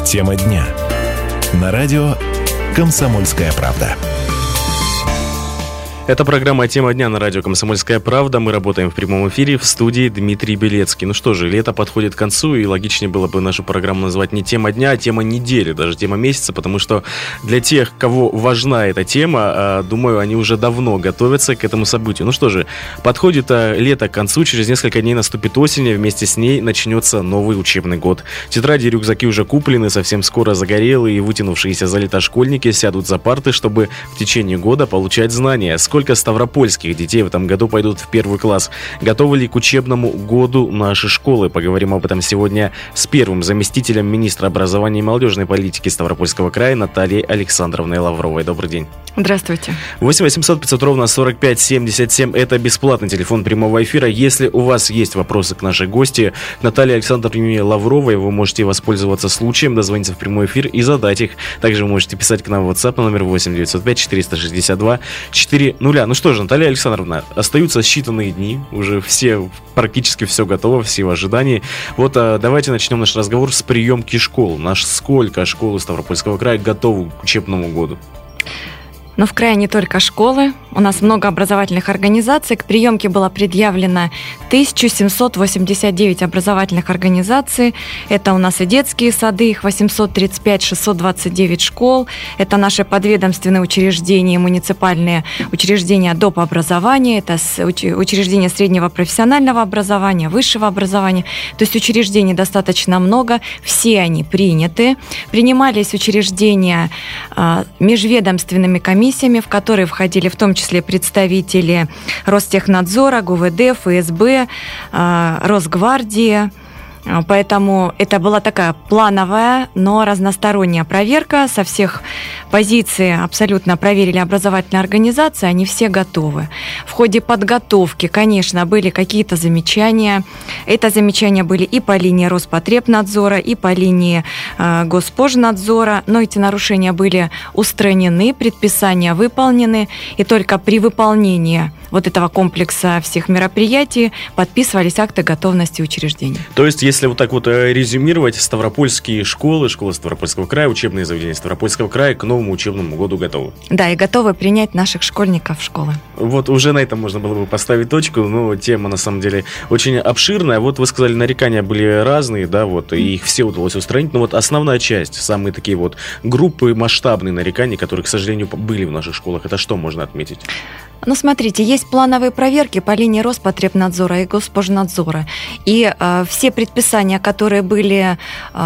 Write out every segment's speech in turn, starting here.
Тема дня. На радио «Комсомольская правда». Это программа «Тема дня» на радио «Комсомольская правда». Мы работаем в прямом эфире, в студии Дмитрий Белецкий. Ну что же, лето подходит к концу, и логичнее было бы нашу программу назвать не «Тема дня», а «Тема недели», даже «Тема месяца», потому что для тех, кого важна эта тема, думаю, они уже давно готовятся к этому событию. Ну что же, подходит лето к концу, через несколько дней наступит осень, а вместе с ней начнется новый учебный год. Тетради и рюкзаки уже куплены, совсем скоро загорелые и вытянувшиеся за лето школьники сядут за парты, чтобы в течение года получать знания. Сколько ставропольских детей в этом году пойдут в первый класс? Готовы ли к учебному году наши школы? Поговорим об этом сегодня с первым заместителем министра образования и молодежной политики Ставропольского края Натальей Александровной Лавровой. Добрый день. Здравствуйте. 8 800 500 ровно 45 77. Это бесплатный телефон прямого эфира. Если у вас есть вопросы к нашей гости, Наталье Александровне Лавровой, вы можете воспользоваться случаем, дозвониться в прямой эфир и задать их. Также вы можете писать к нам в WhatsApp на номер 8 905 462 400. Ну что же, Наталья Александровна, остаются считанные дни, уже практически все готово, все в ожидании. Вот давайте начнем наш разговор с приемки школ. Сколько школ Ставропольского края готовы к учебному году? Но в крае не только школы, у нас много образовательных организаций. К приемке было предъявлено 1789 образовательных организаций. Это у нас и детские сады, их 835, 629 школ. Это наши подведомственные учреждения, муниципальные учреждения доп. Образования. Это учреждения среднего профессионального образования, высшего образования. То есть учреждений достаточно много, все они приняты. Принимались учреждения межведомственными комиссиями, в которые входили в том числе представители Ростехнадзора, ГУВД, ФСБ, Росгвардии. Поэтому это была такая плановая, но разносторонняя проверка. Со всех позиций абсолютно проверили образовательные организации, они все готовы. В ходе подготовки, конечно, были какие-то замечания. Это замечания были и по линии Роспотребнадзора, и по линии Госпожнадзора, но эти нарушения были устранены, предписания выполнены, и только при выполнении вот этого комплекса всех мероприятий подписывались акты готовности учреждений. То есть, если вот так вот резюмировать, ставропольские школы Ставропольского края, учебные заведения Ставропольского края к новому учебному году готовы? Да, и готовы принять наших школьников в школы. Вот уже на этом можно было бы поставить точку, но тема на самом деле очень обширная. Вот вы сказали, нарекания были разные, да, вот, и их все удалось устранить, но вот основная часть, самые такие вот группы масштабные нареканий, которые, к сожалению, были в наших школах, это что можно отметить? Ну, смотрите, есть плановые проверки по линии Роспотребнадзора и Госпожнадзора. И все предписания, которые были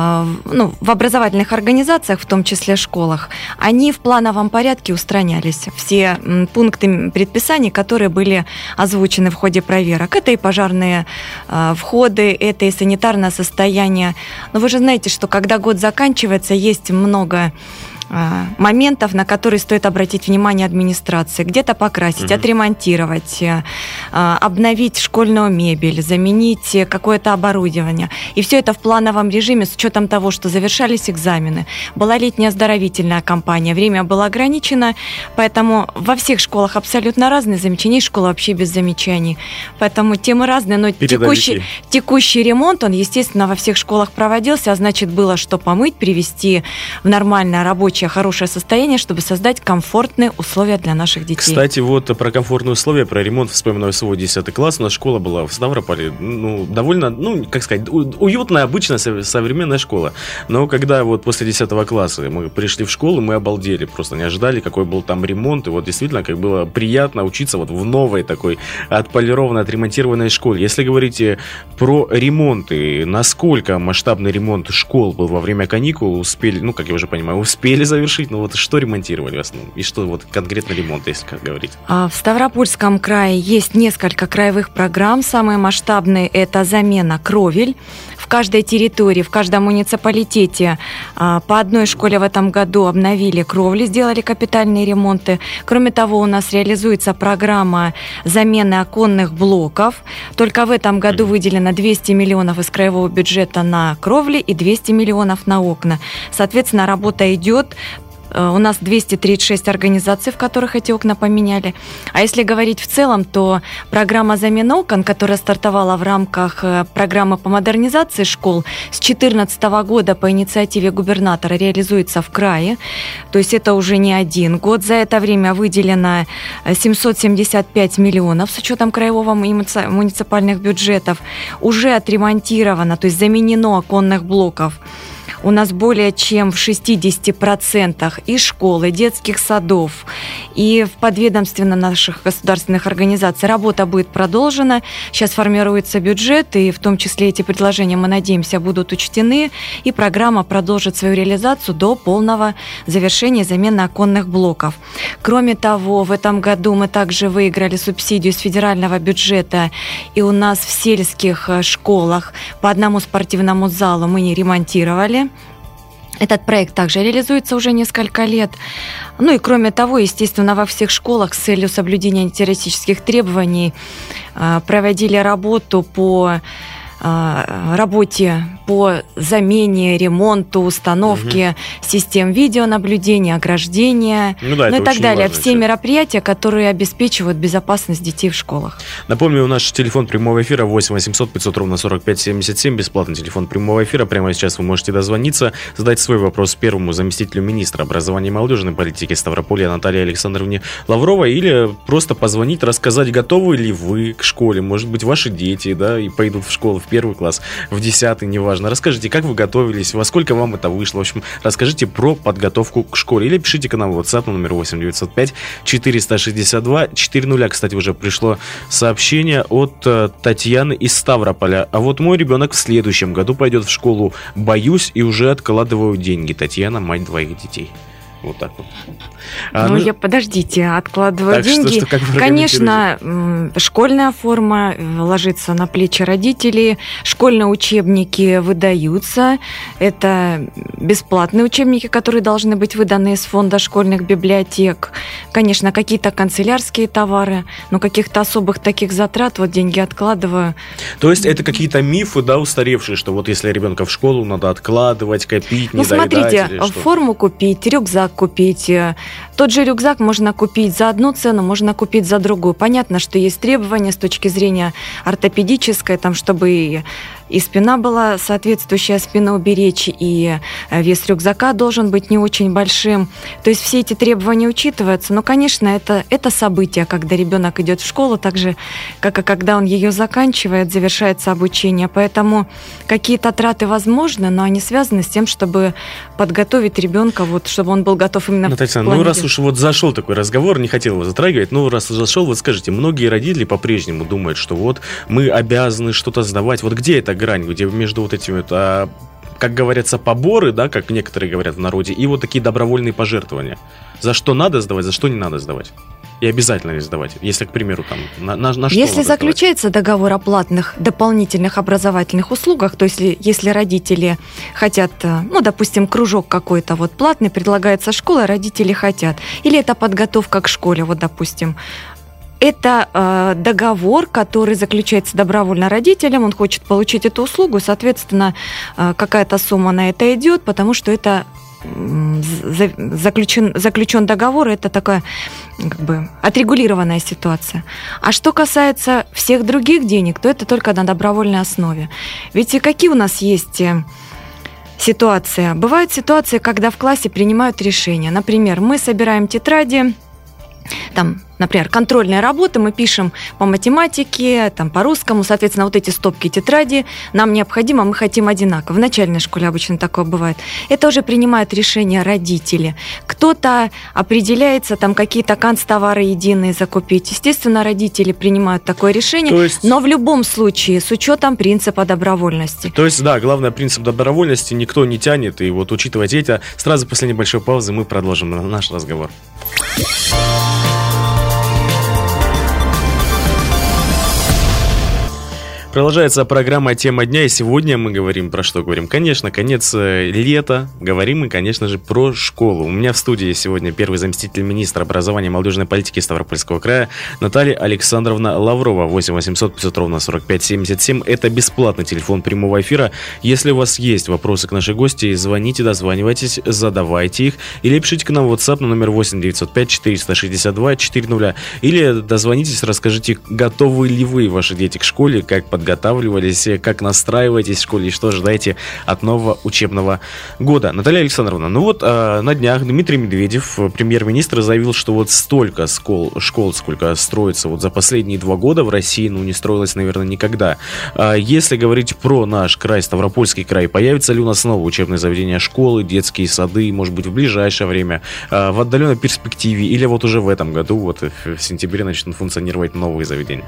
в образовательных организациях, в том числе школах, они в плановом порядке устранялись. Все пункты предписаний, которые были озвучены в ходе проверок. Это и пожарные входы, это и санитарное состояние. Но вы же знаете, что когда год заканчивается, есть много моментов, на которые стоит обратить внимание администрации. Где-то покрасить, отремонтировать, обновить школьную мебель, заменить какое-то оборудование. И все это в плановом режиме с учетом того, что завершались экзамены. Была летняя оздоровительная кампания, время было ограничено, поэтому во всех школах абсолютно разные замечания, и школа вообще без замечаний. Поэтому темы разные, но текущий ремонт, он, естественно, во всех школах проводился, а значит, было что помыть, привести в нормальное рабочее хорошее состояние, чтобы создать комфортные условия для наших детей. Кстати, вот про комфортные условия, про ремонт вспоминаю свой 10 класс. У нас школа была в Ставрополе, довольно, уютная, обычная, современная школа. Но когда вот после 10 класса мы пришли в школу, мы обалдели, просто не ожидали, какой был там ремонт. И вот действительно, как было приятно учиться вот в новой такой отполированной, отремонтированной школе. Если говорить про ремонты, насколько масштабный ремонт школ был во время каникул, успели, как я уже понимаю, успели завершить, но вот что ремонтировали в основном? И что вот конкретно ремонт, если как говорить? В Ставропольском крае есть несколько краевых программ. Самые масштабные – это замена кровель. В каждой территории, в каждом муниципалитете по одной школе в этом году обновили кровли, сделали капитальные ремонты. Кроме того, у нас реализуется программа замены оконных блоков. Только в этом году выделено 200 миллионов из краевого бюджета на кровли и 200 миллионов на окна. Соответственно, работа идет. У нас 236 организаций, в которых эти окна поменяли. А если говорить в целом, то программа замены окон, которая стартовала в рамках программы по модернизации школ, с 2014 года по инициативе губернатора реализуется в крае. То есть это уже не один год. За это время выделено 775 миллионов с учетом краевого и муниципальных бюджетов. Уже отремонтировано, то есть заменено оконных блоков у нас более чем в 60% и школ, и детских садов, и в подведомственно наших государственных организаций. Работа будет продолжена. Сейчас формируется бюджет, и в том числе эти предложения, мы надеемся, будут учтены, и программа продолжит свою реализацию до полного завершения замены оконных блоков. Кроме того, в этом году мы также выиграли субсидию с федерального бюджета, и у нас в сельских школах по одному спортивному залу мы не ремонтировали. Этот проект также реализуется уже несколько лет. Ну и кроме того, естественно, во всех школах с целью соблюдения антитеррористических требований проводили работу по замене, ремонту, установке систем видеонаблюдения, ограждения, и так далее. Все мероприятия, которые обеспечивают безопасность детей в школах. Напомню, наш телефон прямого эфира 8 800 500 ровно 45 77, бесплатный телефон прямого эфира. Прямо сейчас вы можете дозвониться, задать свой вопрос первому заместителю министра образования и молодежной политики Ставрополья Наталье Александровне Лавровой, или просто позвонить, рассказать, готовы ли вы к школе, может быть, ваши дети, да, и пойдут в школу в первый класс, в 10-й, неважно. Расскажите, как вы готовились, во сколько вам это вышло. В общем, расскажите про подготовку к школе. Или пишите к нам в WhatsApp на номер 8 905 462 400. Кстати, уже пришло сообщение от Татьяны из Ставрополя. А вот мой ребенок в следующем году пойдет в школу. Боюсь и уже откладываю деньги. Татьяна, мать двоих детей. Вот так вот. Подождите, откладываю деньги. Конечно, школьная форма ложится на плечи родителей, школьные учебники выдаются. Это бесплатные учебники, которые должны быть выданы из фонда школьных библиотек. Конечно, какие-то канцелярские товары, но каких-то особых таких затрат, деньги откладываю. То есть это какие-то мифы, да, устаревшие, что вот если ребенка в школу надо откладывать, копить, не доедать? Смотрите, форму купить, рюкзак купить. Тот же рюкзак можно купить за одну цену, можно купить за другую. Понятно, что есть требования с точки зрения ортопедической, чтобы и спина была соответствующая, спину уберечь, и вес рюкзака должен быть не очень большим. То есть все эти требования учитываются. Но, конечно, это событие, когда ребенок идет в школу, так же, как и когда он ее заканчивает, завершается обучение. Поэтому какие-то траты возможны, но они связаны с тем, чтобы подготовить ребенка, чтобы он был готов именно Татьяна, раз уж зашел такой разговор, не хотел его затрагивать, но раз зашел, скажите, многие родители по-прежнему думают, что мы обязаны что-то сдавать. Где эта грань, где между этими, как говорится, поборы, да, как некоторые говорят в народе, и такие добровольные пожертвования? За что надо сдавать, за что не надо сдавать? И обязательно ли сдавать? Если, к примеру, на что если заключается договор о платных дополнительных образовательных услугах, то есть если родители хотят, допустим, кружок какой-то платный, предлагается школа, родители хотят, или это подготовка к школе, допустим, это договор, который заключается добровольно родителям, он хочет получить эту услугу, соответственно, какая-то сумма на это идет, потому что это заключен договор, это такая отрегулированная ситуация. А что касается всех других денег, то это только на добровольной основе. Ведь какие у нас есть ситуации? Бывают ситуации, когда в классе принимают решения. Например, мы собираем тетради, например, контрольные работы мы пишем по математике, по русскому, соответственно, эти стопки тетради нам необходимо, мы хотим одинаково. В начальной школе обычно такое бывает. Это уже принимают решения родители. Кто-то определяется, какие-то канцтовары единые закупить. Естественно, родители принимают такое решение, но в любом случае с учетом принципа добровольности. То есть, да, главный принцип добровольности, никто не тянет, и учитывать это, сразу после небольшой паузы мы продолжим наш разговор. Продолжается программа «Тема дня», и сегодня мы говорим про что? Говорим, конечно, конец лета, говорим мы, конечно же, про школу. У меня в студии сегодня первый заместитель министра образования и молодежной политики Ставропольского края Наталья Александровна Лаврова. 8 800 500 ровно 45 77. Это бесплатный телефон прямого эфира. Если у вас есть вопросы к нашей гости, звоните, дозванивайтесь, задавайте их. Или пишите к нам в WhatsApp на номер 8 905 462 400. Или дозвонитесь, расскажите, готовы ли вы, ваши дети, к школе, как подготавливались, как настраиваетесь в школе и что ожидаете от нового учебного года. Наталья Александровна, на днях Дмитрий Медведев, премьер-министр, заявил, что вот столько школ, сколько строится вот за последние 2 года в России, не строилось, наверное, никогда. Если говорить про наш край, Ставропольский край, появятся ли у нас новые учебные заведения, школы, детские сады, может быть, в ближайшее время, в отдаленной перспективе, или вот уже в этом году, вот в сентябре начнут функционировать новые заведения?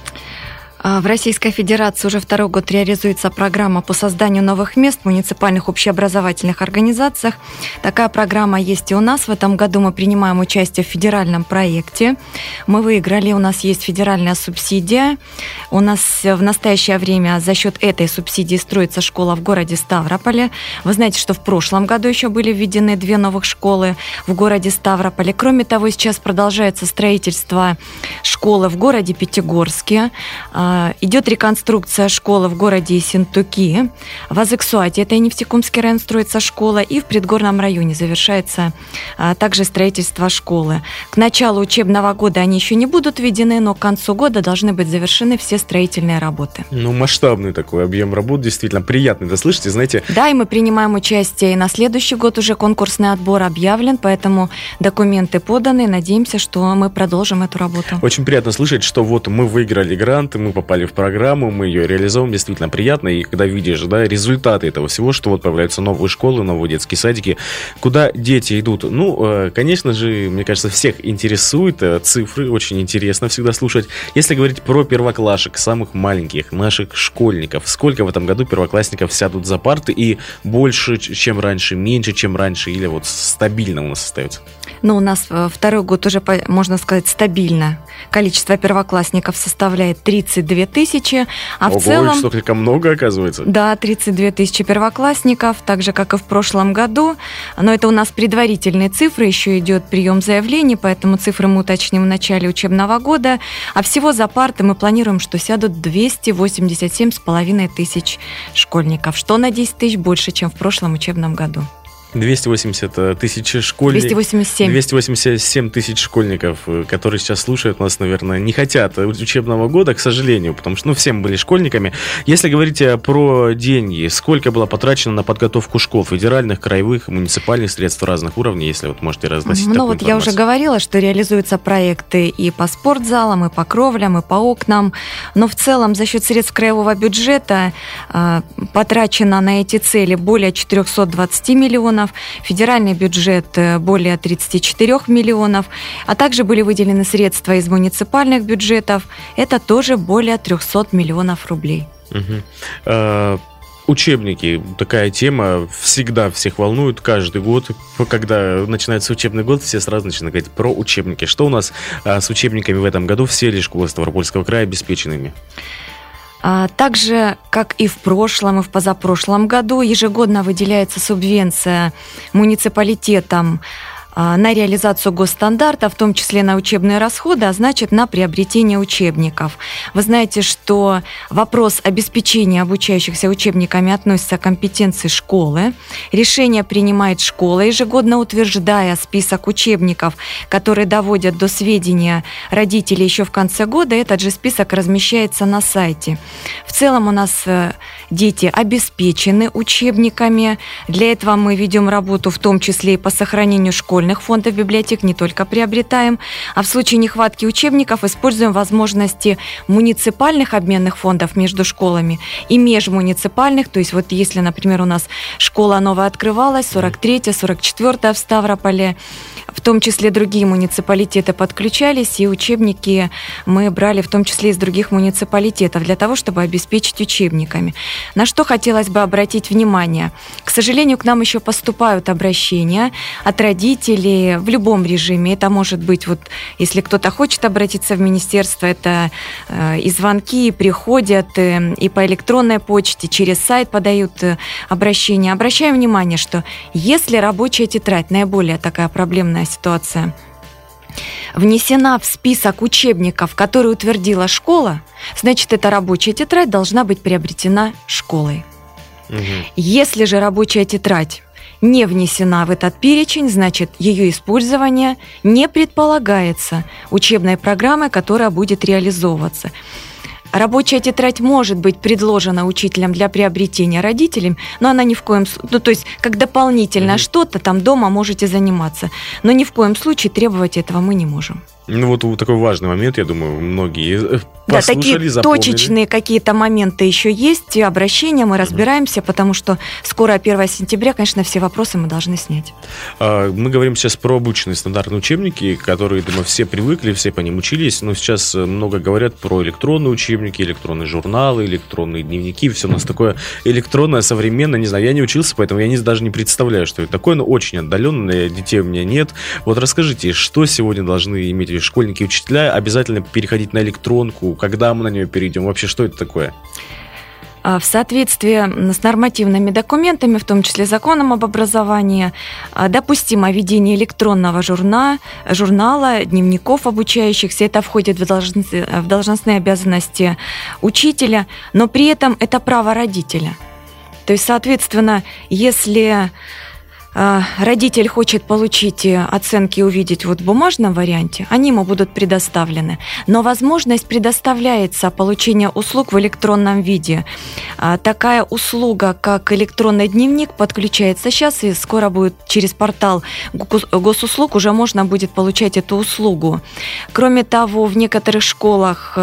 В Российской Федерации уже 2-й год реализуется программа по созданию новых мест в муниципальных общеобразовательных организациях. Такая программа есть и у нас. В этом году мы принимаем участие в федеральном проекте. Мы выиграли, у нас есть федеральная субсидия. У нас в настоящее время за счет этой субсидии строится школа в городе Ставрополе. Вы знаете, что в прошлом году еще были введены 2 новых школы в городе Ставрополе. Кроме того, сейчас продолжается строительство школы в городе Пятигорске. Идет реконструкция школы в городе Ессентуки. В Азыксуате, это и Нефтекумский район, строится школа. И в Предгорном районе завершается также строительство школы. К началу учебного года они еще не будут введены, но к концу года должны быть завершены все строительные работы. Масштабный такой объем работ, действительно приятный, да, слышите, знаете? Да, и мы принимаем участие и на следующий год уже конкурсный отбор объявлен, поэтому документы поданы. Надеемся, что мы продолжим эту работу. Очень приятно слышать, что вот мы выиграли грант, мы попали в программу, мы ее реализовываем, действительно приятно, и когда видишь, да, результаты этого всего, что вот появляются новые школы, новые детские садики, куда дети идут, конечно же, мне кажется, всех интересуют цифры, очень интересно всегда слушать. Если говорить про первоклашек, самых маленьких, наших школьников, сколько в этом году первоклассников сядут за парты, и больше, чем раньше, меньше, чем раньше, или вот стабильно у нас остается? У нас 2-й год уже, можно сказать, стабильно. Количество первоклассников составляет 32 тысячи, а в целом... что только много, оказывается. Да, 32 тысячи первоклассников, так же, как и в прошлом году. Но это у нас предварительные цифры, еще идет прием заявлений, поэтому цифры мы уточним в начале учебного года. А всего за парты мы планируем, что сядут 287,5 тысяч школьников, что на 10 тысяч больше, чем в прошлом учебном году. 280 тысяч школьников. 287 тысяч школьников, которые сейчас слушают нас, наверное, не хотят учебного года, к сожалению, потому что, все мы были школьниками. Если говорить про деньги, сколько было потрачено на подготовку школ, федеральных, краевых, муниципальных, средств разных уровней, если вот можете разгласить такую информацию? Я уже говорила, что реализуются проекты и по спортзалам, и по кровлям, и по окнам, но в целом за счет средств краевого бюджета потрачено на эти цели более 420 миллионов, федеральный бюджет более 34 миллионов, а также были выделены средства из муниципальных бюджетов, это тоже более 300 миллионов рублей. Учебники, такая тема, всегда всех волнует, каждый год, когда начинается учебный год, все сразу начинают говорить про учебники. Что у нас с учебниками в этом году? Все ли школы Ставропольского края обеспеченными? Так же, как и в прошлом, и в позапрошлом году, ежегодно выделяется субвенция муниципалитетам на реализацию госстандарта, в том числе на учебные расходы, а значит, на приобретение учебников. Вы знаете, что вопрос обеспечения обучающихся учебниками относится к компетенции школы. Решение принимает школа, ежегодно утверждая список учебников, которые доводят до сведения родителей еще в конце года. Этот же список размещается на сайте. В целом у нас дети обеспечены учебниками. Для этого мы ведем работу в том числе и по сохранению школьных фондов библиотек, не только приобретаем, а в случае нехватки учебников используем возможности муниципальных обменных фондов между школами и межмуниципальных. То есть вот если, например, у нас школа новая открывалась, 43-я, 44-я в Ставрополе, в том числе другие муниципалитеты подключались, и учебники мы брали в том числе из других муниципалитетов для того, чтобы обеспечить учебниками. На что хотелось бы обратить внимание? К сожалению, к нам еще поступают обращения от родителей в любом режиме. Это может быть, вот, если кто-то хочет обратиться в министерство, это и звонки, и приходят, и по электронной почте, через сайт подают обращения. Обращаем внимание, что если рабочая тетрадь, наиболее такая проблемная ситуация, внесена в список учебников, который утвердила школа, значит, эта рабочая тетрадь должна быть приобретена школой. Если же рабочая тетрадь не внесена в этот перечень, значит, ее использование не предполагается учебной программой, которая будет реализовываться. Рабочая тетрадь может быть предложена учителям для приобретения родителям, но она ни в коем случае, ну, то есть как дополнительное что-то там дома можете заниматься, но ни в коем случае требовать этого мы не можем. Ну вот такой важный момент, я думаю, многие послушали, такие запомнили. Точечные какие-то моменты еще есть, и обращения мы разбираемся, потому что скоро 1 сентября, конечно, все вопросы мы должны снять. Мы говорим сейчас про обычные стандартные учебники, которые, думаю, все привыкли, все по ним учились, но сейчас много говорят про электронные учебники, электронные журналы, электронные дневники, все у нас такое электронное, современное, не знаю, я не учился, поэтому я даже не представляю, что это такое, но очень отдаленное, детей у меня нет. Вот расскажите, что сегодня должны иметь школьники и учителя, обязательно переходить на электронку, когда мы на нее перейдем, вообще что это такое? В соответствии с нормативными документами, в том числе законом об образовании, допустимо ведение электронного журнала, дневников обучающихся. Это входит в должностные обязанности учителя, но при этом это право родителя. То есть, соответственно, если родитель хочет получить оценки и увидеть вот в бумажном варианте, они ему будут предоставлены. Но возможность предоставляется получения услуг в электронном виде. Такая услуга, как электронный дневник, подключается сейчас, и скоро будет через портал госуслуг уже можно будет получать эту услугу. Кроме того, в некоторых школах,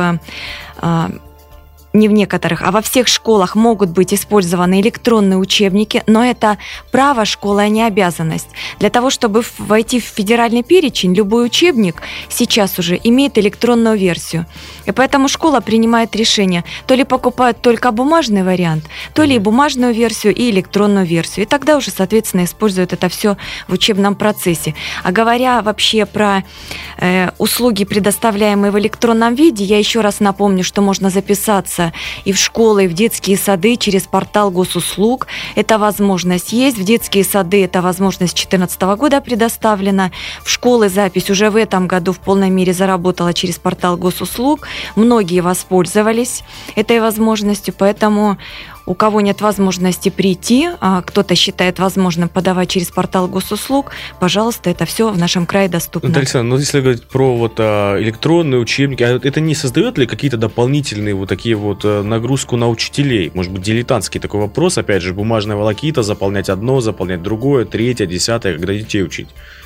не в некоторых, а во всех школах могут быть использованы электронные учебники, но это право школы, а не обязанность. Для того, чтобы войти в федеральный перечень, любой учебник сейчас уже имеет электронную версию. И поэтому школа принимает решение, то ли покупают только бумажный вариант, то ли и бумажную версию, и электронную версию. И тогда уже, соответственно, используют это все в учебном процессе. А говоря вообще про услуги, предоставляемые в электронном виде, я еще раз напомню, что можно записаться и в школы, и в детские сады через портал госуслуг. Эта возможность есть. В детские сады эта возможность с 2014 года предоставлена. В школы запись уже в этом году в полной мере заработала через портал госуслуг. Многие воспользовались этой возможностью, поэтому у кого нет возможности прийти, а кто-то считает возможным подавать через портал госуслуг, пожалуйста, это все в нашем крае доступно. Наталья Александровна, если говорить про вот электронные учебники, это не создает ли какие-то дополнительные вот такие вот нагрузку на учителей? Может быть, дилетантский такой вопрос, опять же, бумажная волокита, заполнять одно, заполнять другое, третье, десятое, когда детей учить?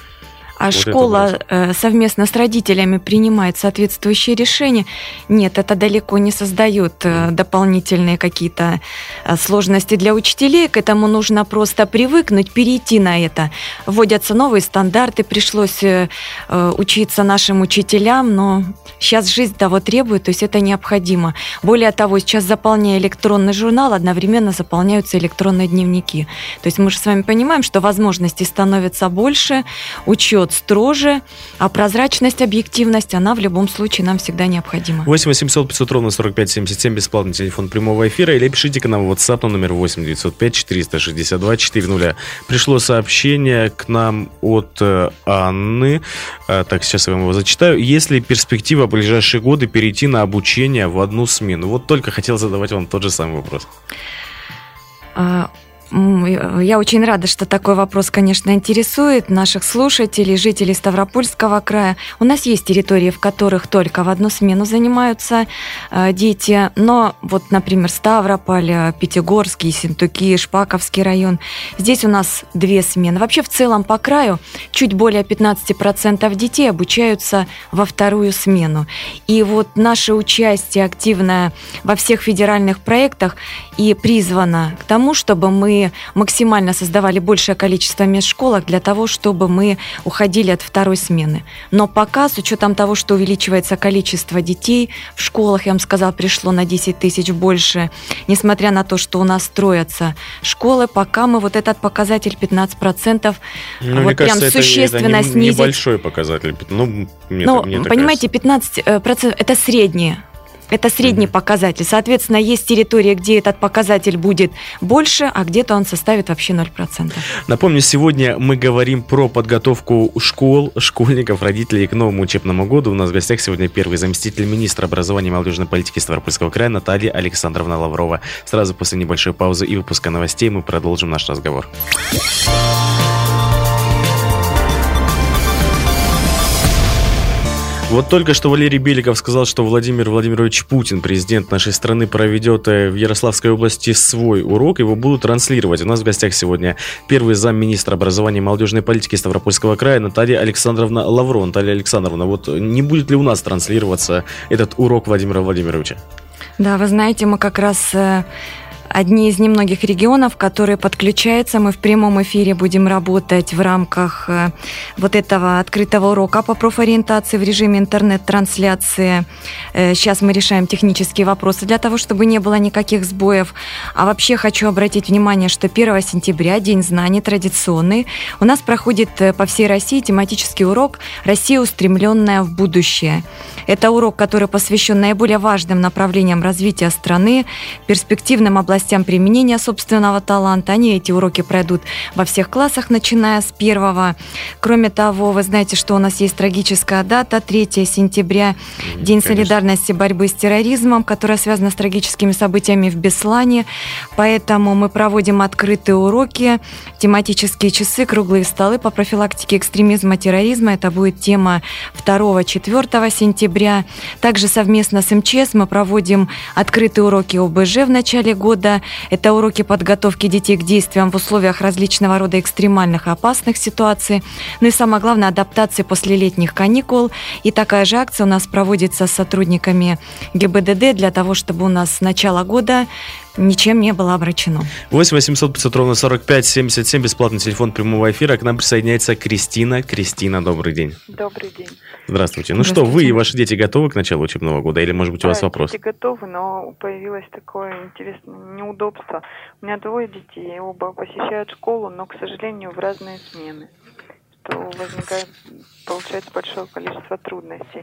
А вот школа совместно с родителями принимает соответствующие решения. Нет, это далеко не создает дополнительные какие-то сложности для учителей. К этому нужно просто привыкнуть, перейти на это. Вводятся новые стандарты, пришлось учиться нашим учителям, но сейчас жизнь того требует, то есть это необходимо. Более того, сейчас, заполняя электронный журнал, одновременно заполняются электронные дневники. То есть мы же с вами понимаем, что возможностей становится больше, учет строже, а прозрачность, объективность, она в любом случае нам всегда необходима. 8 800 500 ровно 45 77, бесплатный телефон прямого эфира, или пишите к нам в WhatsApp на номер 8 905 462 400. Пришло сообщение к нам от Анны. Так, сейчас я вам его зачитаю. Есть ли перспектива в ближайшие годы перейти на обучение в одну смену? Вот только хотел задавать вам тот же самый вопрос. Я очень рада, что такой вопрос, конечно, интересует наших слушателей, жителей Ставропольского края. У нас есть территории, в которых только в одну смену занимаются дети, но вот, например, Ставрополь, Пятигорский, Ессентуки, Шпаковский район. Здесь у нас 2 смены. Вообще, в целом по краю чуть более 15% детей обучаются во 2-ю смену. И вот наше участие активное во всех федеральных проектах и призвана к тому, чтобы мы максимально создавали большее количество мест в школах для того, чтобы мы уходили от второй смены. Но пока, с учетом того, что увеличивается количество детей в школах, я вам сказала, пришло на 10 тысяч больше, несмотря на то, что у нас строятся школы, пока мы вот этот показатель 15% мне кажется, прям существенно это снизить. Небольшой показатель. Понимаете, 15% это среднее. Это средний показатель. Соответственно, есть территории, где этот показатель будет больше, а где-то он составит вообще 0%. Напомню, сегодня мы говорим про подготовку школ, школьников, родителей к новому учебному году. У нас в гостях сегодня первый заместитель министра образования и молодежной политики Ставропольского края Наталья Александровна Лаврова. Сразу после небольшой паузы и выпуска новостей мы продолжим наш разговор. Вот только что Валерий Беликов сказал, что Владимир Владимирович Путин, президент нашей страны, проведет в Ярославской области свой урок. Его будут транслировать. У нас в гостях сегодня первый замминистра образования и молодежной политики Ставропольского края Наталья Александровна Лаврова. Наталья Александровна, вот не будет ли у нас транслироваться этот урок Владимира Владимировича? Да, вы знаете, мы как раз одни из немногих регионов, которые подключаются. Мы в прямом эфире будем работать в рамках вот этого открытого урока по профориентации в режиме интернет-трансляции. Сейчас мы решаем технические вопросы для того, чтобы не было никаких сбоев. А вообще хочу обратить внимание, что 1 сентября, День знаний традиционный, у нас проходит по всей России тематический урок «Россия, устремленная в будущее». Это урок, который посвящен наиболее важным направлениям развития страны, перспективным областям применения собственного таланта. Эти уроки пройдут во всех классах, начиная с 1. Кроме того, вы знаете, что у нас есть трагическая дата, 3 сентября, День солидарности и борьбы с терроризмом, которая связана с трагическими событиями в Беслане. Поэтому мы проводим открытые уроки, тематические часы, круглые столы по профилактике экстремизма, терроризма. Это будет тема 2-4 сентября. Также совместно с МЧС мы проводим открытые уроки ОБЖ в начале года. Это уроки подготовки детей к действиям в условиях различного рода экстремальных и опасных ситуаций. Ну и самое главное, адаптации после летних каникул. И такая же акция у нас проводится с сотрудниками ГИБДД для того, чтобы у нас с начала года ничем не было обращено. 8 800 500 ровно 45 77, бесплатный телефон прямого эфира. К нам присоединяется Кристина. Кристина, добрый день. Добрый день. Здравствуйте. Ну что, вы и ваши дети готовы к началу учебного года? Или, может быть, у вас вопрос? Дети готовы, но появилось такое интересное неудобство. У меня 2 детей, оба посещают школу, но, к сожалению, в разные смены. Что возникает, получается, большое количество трудностей.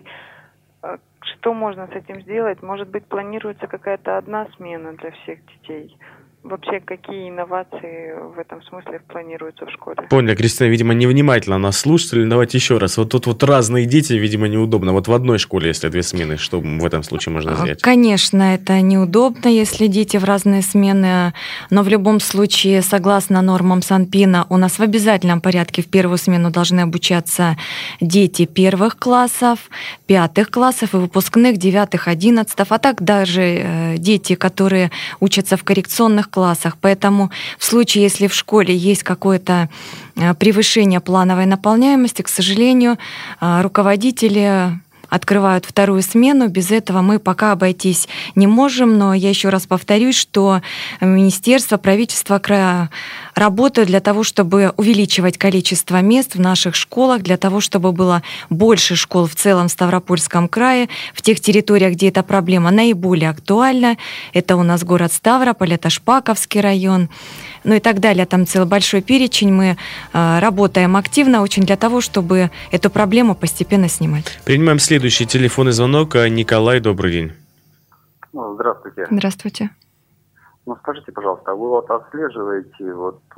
Что можно с этим сделать? Может быть, планируется какая-то одна смена для всех детей? Вообще, какие инновации в этом смысле планируются в школе? Понял, Кристина, видимо, невнимательно нас слушатели. Давайте еще раз. Вот тут вот разные дети, видимо, неудобно. Вот в одной школе, если 2 смены, что в этом случае можно сделать? Конечно, это неудобно, если дети в разные смены, но в любом случае, согласно нормам Санпина, у нас в обязательном порядке в первую смену должны обучаться дети 1 классов, 5 классов и выпускных 9, 11, а так даже дети, которые учатся в коррекционных классах. Поэтому в случае, если в школе есть какое-то превышение плановой наполняемости, к сожалению, руководители открывают вторую смену. Без этого мы пока обойтись не можем. Но я еще раз повторюсь, что министерство, правительство края работают для того, чтобы увеличивать количество мест в наших школах, для того, чтобы было больше школ в целом в Ставропольском крае, в тех территориях, где эта проблема наиболее актуальна. Это у нас город Ставрополь, это Шпаковский район, ну и так далее. Там целый большой перечень. Мы работаем активно очень для того, чтобы эту проблему постепенно снимать. Принимаем следующий телефонный звонок. Николай, добрый день. Здравствуйте. Здравствуйте. Скажите, пожалуйста, вы вот отслеживаете,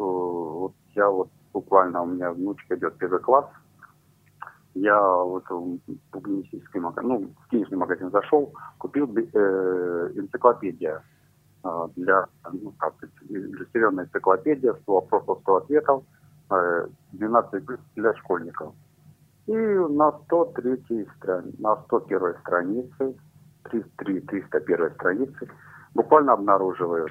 я буквально, у меня внучка идет 1 класс, я в букинистический магазин, в книжный магазин зашел, купил энциклопедию для, иллюстрированная энциклопедия, 100 вопросов, 100 ответов, 12 для школьников. И на 101 странице, 301 странице, буквально обнаруживаю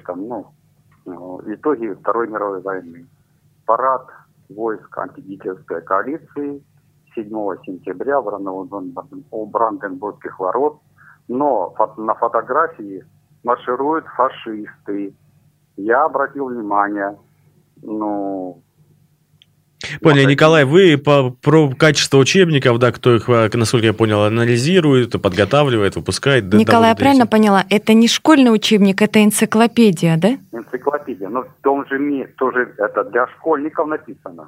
итоги Второй мировой войны. Парад войск антигитлеровской коалиции 7 сентября у Бранденбургских ворот, но на фотографии маршируют фашисты Я обратил внимание, ну... Понял, Николай, вы про качество учебников, да, кто их, насколько я понял, анализирует, подготавливает, выпускает. Николай, я правильно поняла, это не школьный учебник, это энциклопедия, да? Энциклопедия, но в том же мире тоже это для школьников написано.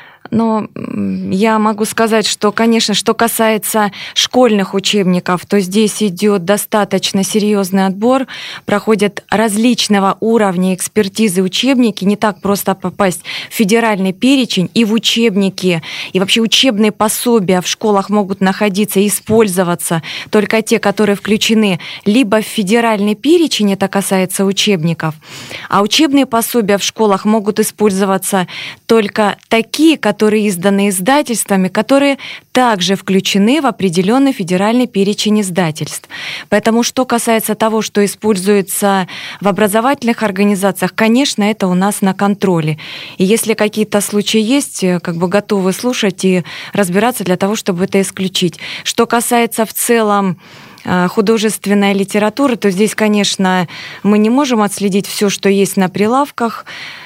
Но я могу сказать, что, конечно, что касается школьных учебников, то здесь идет достаточно серьезный отбор, проходят различного уровня экспертизы учебники, не так просто попасть в федеральный перечень, и в учебники, и вообще учебные пособия в школах могут находиться и использоваться только те, которые включены либо в федеральный перечень, это касается учебников, а учебные пособия в школах могут использоваться только такие, которые изданы издательствами, которые также включены в определенный федеральный перечень издательств. Поэтому, что касается того, что используется в образовательных организациях, конечно, это у нас на контроле. И если какие-то случаи есть, как бы готовы слушать и разбираться для того, чтобы это исключить. Что касается в целом художественной литературы, то здесь, конечно, мы не можем отследить все, что есть на прилавках.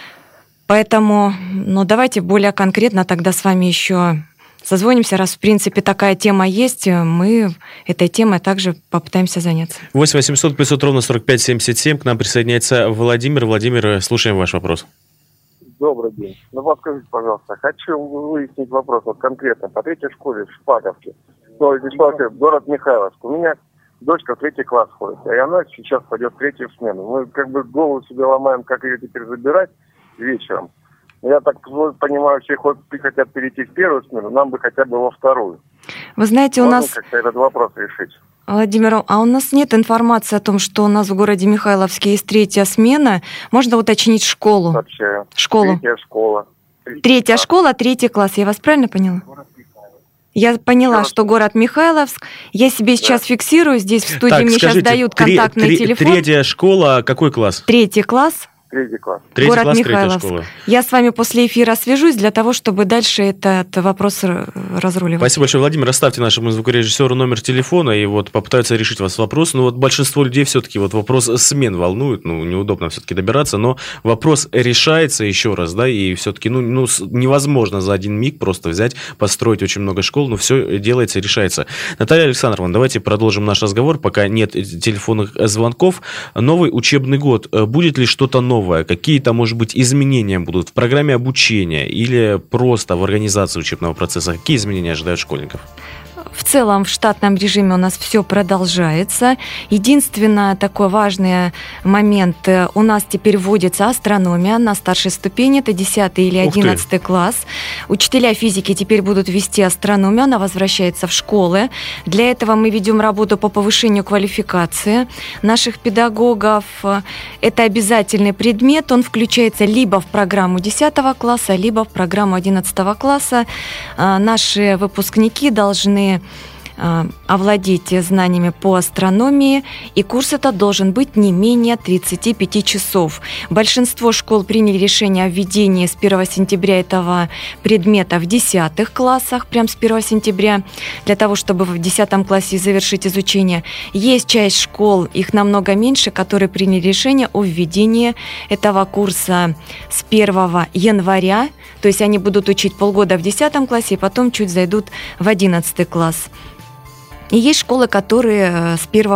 Поэтому, давайте более конкретно тогда с вами еще созвонимся, раз в принципе такая тема есть, мы этой темой также попытаемся заняться. 8 800 500 ровно 45 77, к нам присоединяется Владимир. Владимир, слушаем ваш вопрос. Добрый день. Подскажите, пожалуйста, хочу выяснить вопрос вот конкретно по третьей школе в Шпаковке. Город Михайловск. У меня дочка в 3 класс ходит, и она сейчас пойдет в 3 смену. Мы как бы голову себе ломаем, как ее теперь забирать вечером. Я так понимаю, все хотят перейти в 1 смену, нам бы хотя бы во 2. Вы знаете, можно у нас... как-то этот вопрос решить? Владимир, а у нас нет информации о том, что у нас в городе Михайловске есть 3 смена. Можно уточнить школу? Сообщаю. Школу. 3 школа. 3 школа, 3 класс. Я вас правильно поняла? Я поняла, что город Михайловск. Я себе сейчас фиксирую. Здесь в студии Так, мне скажите, сейчас дают контактный телефон. 3 школа, какой класс? 3 класс. 3 класс. Город класс, Михайловск. школа. Я с вами после эфира свяжусь для того, чтобы дальше этот вопрос разруливать. Спасибо большое, Владимир. Оставьте нашему звукорежиссеру номер телефона и вот попытаются решить вас вопрос. Но вот большинство людей все-таки вот вопрос смен волнует, неудобно все-таки добираться, но вопрос решается еще раз, да, и все-таки невозможно за один миг просто взять, построить очень много школ, но все делается, решается. Наталья Александровна, давайте продолжим наш разговор, пока нет телефонных звонков. Новый учебный год. Будет ли что-то новое? Какие-то, может быть, изменения будут в программе обучения или просто в организации учебного процесса? Какие изменения ожидают школьников? В целом в штатном режиме у нас все продолжается. Единственное такой важный момент, у нас теперь вводится астрономия на старшей ступени, это 10 или 11 класс. Учителя физики теперь будут вести астрономию, она возвращается в школы. Для этого мы ведем работу по повышению квалификации наших педагогов. Это обязательный предмет, он включается либо в программу 10 класса, либо в программу 11 класса. Наши выпускники должны овладеть знаниями по астрономии, и курс этот должен быть не менее 35 часов. Большинство школ приняли решение о введении с 1 сентября этого предмета в 10 классах, прям с 1 сентября, для того, чтобы в 10 классе завершить изучение. Есть часть школ, их намного меньше, которые приняли решение о введении этого курса с 1 января, то есть они будут учить полгода в 10 классе, и потом чуть зайдут в 11 класс. И есть школы, которые с 1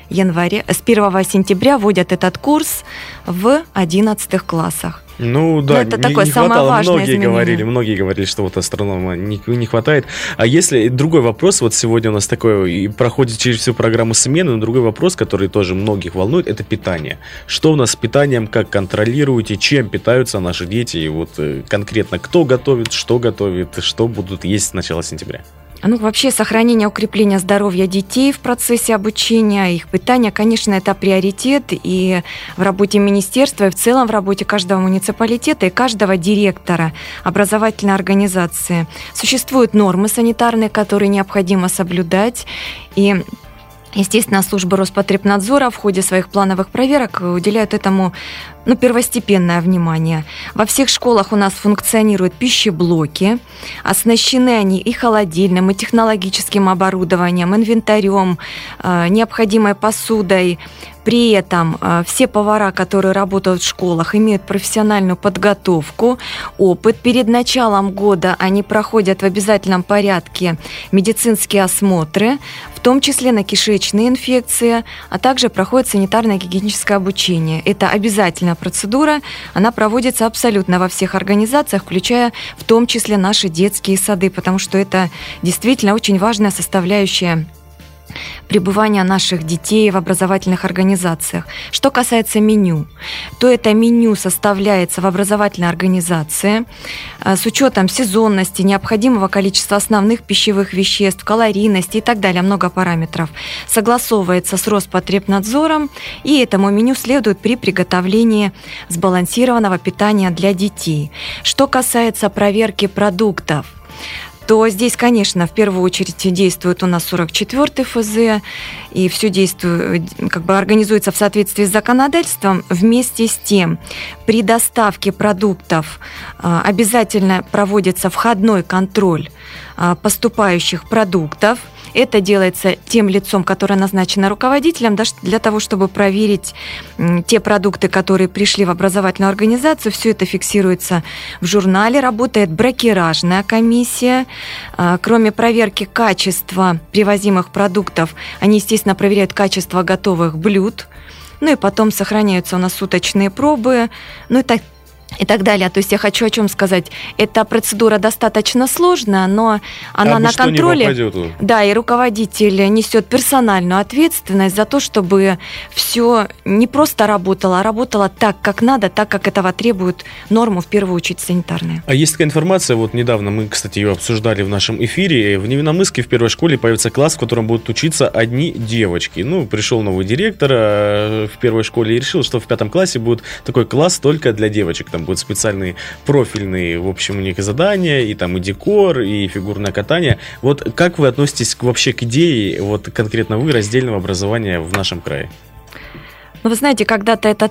сентября вводят этот курс в 11 классах. Это такое самое важное изменение. Многие говорили, что вот астронома не хватает. А если другой вопрос, вот сегодня у нас такой, и проходит через всю программу смены, но другой вопрос, который тоже многих волнует, это питание. Что у нас с питанием, как контролируете, чем питаются наши дети, и вот конкретно кто готовит, что будут есть с начала сентября? Вообще сохранение, укрепление здоровья детей в процессе обучения, их питания, конечно, это приоритет и в работе министерства, и в целом в работе каждого муниципалитета и каждого директора образовательной организации. Существуют нормы санитарные, которые необходимо соблюдать, и естественно, служба Роспотребнадзора в ходе своих плановых проверок уделяют этому первостепенное внимание. Во всех школах у нас функционируют пищеблоки, оснащены они и холодильным, и технологическим оборудованием, инвентарем, необходимой посудой. При этом все повара, которые работают в школах, имеют профессиональную подготовку, опыт. Перед началом года они проходят в обязательном порядке медицинские осмотры, в том числе на кишечные инфекции, а также проходит санитарно-гигиеническое обучение. Это обязательная процедура, она проводится абсолютно во всех организациях, включая в том числе наши детские сады, потому что это действительно очень важная составляющая пребывания наших детей в образовательных организациях. Что касается меню, то это меню составляется в образовательной организации с учетом сезонности, необходимого количества основных пищевых веществ, калорийности и так далее, много параметров. Согласовывается с Роспотребнадзором, и этому меню следует при приготовлении сбалансированного питания для детей. Что касается проверки продуктов, то здесь, конечно, в первую очередь действует у нас 44-й ФЗ, и все действует, организуется в соответствии с законодательством. Вместе с тем, при доставке продуктов обязательно проводится входной контроль поступающих продуктов. Это делается тем лицом, которое назначено руководителем, для того, чтобы проверить те продукты, которые пришли в образовательную организацию. Все это фиксируется в журнале. Работает брокеражная комиссия. Кроме проверки качества привозимых продуктов, они, естественно, проверяют качество готовых блюд. И потом сохраняются у нас суточные пробы. И так далее. То есть я хочу о чем сказать. Эта процедура достаточно сложная, но она на контроле. Да, и руководитель несет персональную ответственность за то, чтобы все не просто работало, а работало так, как надо, так, как этого требуют нормы, в первую очередь, санитарные. А есть такая информация, недавно мы, кстати, ее обсуждали в нашем эфире, в Невинномысске в первой школе появится класс, в котором будут учиться одни девочки. Пришел новый директор в первой школе и решил, что в 5 классе будет такой класс только для девочек. Там будут специальные профильные, в общем, у них задания, и там и декор, и фигурное катание. Как вы относитесь вообще к идее, конкретно вы, раздельного образования в нашем крае? Вы знаете, когда-то этот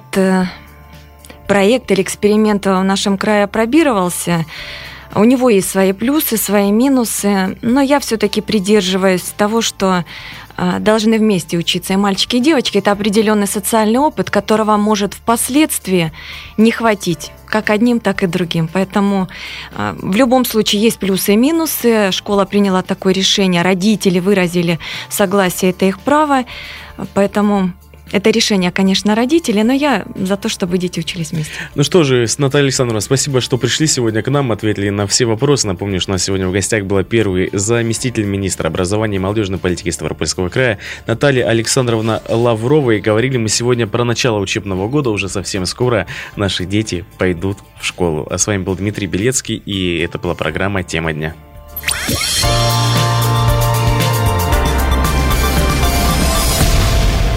проект или эксперимент в нашем крае пробировался. У него есть свои плюсы, свои минусы, но я все-таки придерживаюсь того, что должны вместе учиться и мальчики, и девочки. Это определенный социальный опыт, которого может впоследствии не хватить как одним, так и другим. Поэтому в любом случае есть плюсы и минусы. Школа приняла такое решение, родители выразили согласие, это их право. Поэтому это решение, конечно, родителей, но я за то, чтобы дети учились вместе. Что же, Наталья Александровна, спасибо, что пришли сегодня к нам, ответили на все вопросы. Напомню, что у нас сегодня в гостях была первый заместитель министра образования и молодежной политики Ставропольского края Наталья Александровна Лаврова. И говорили мы сегодня про начало учебного года. Уже совсем скоро наши дети пойдут в школу. А с вами был Дмитрий Белецкий, и это была программа «Тема дня».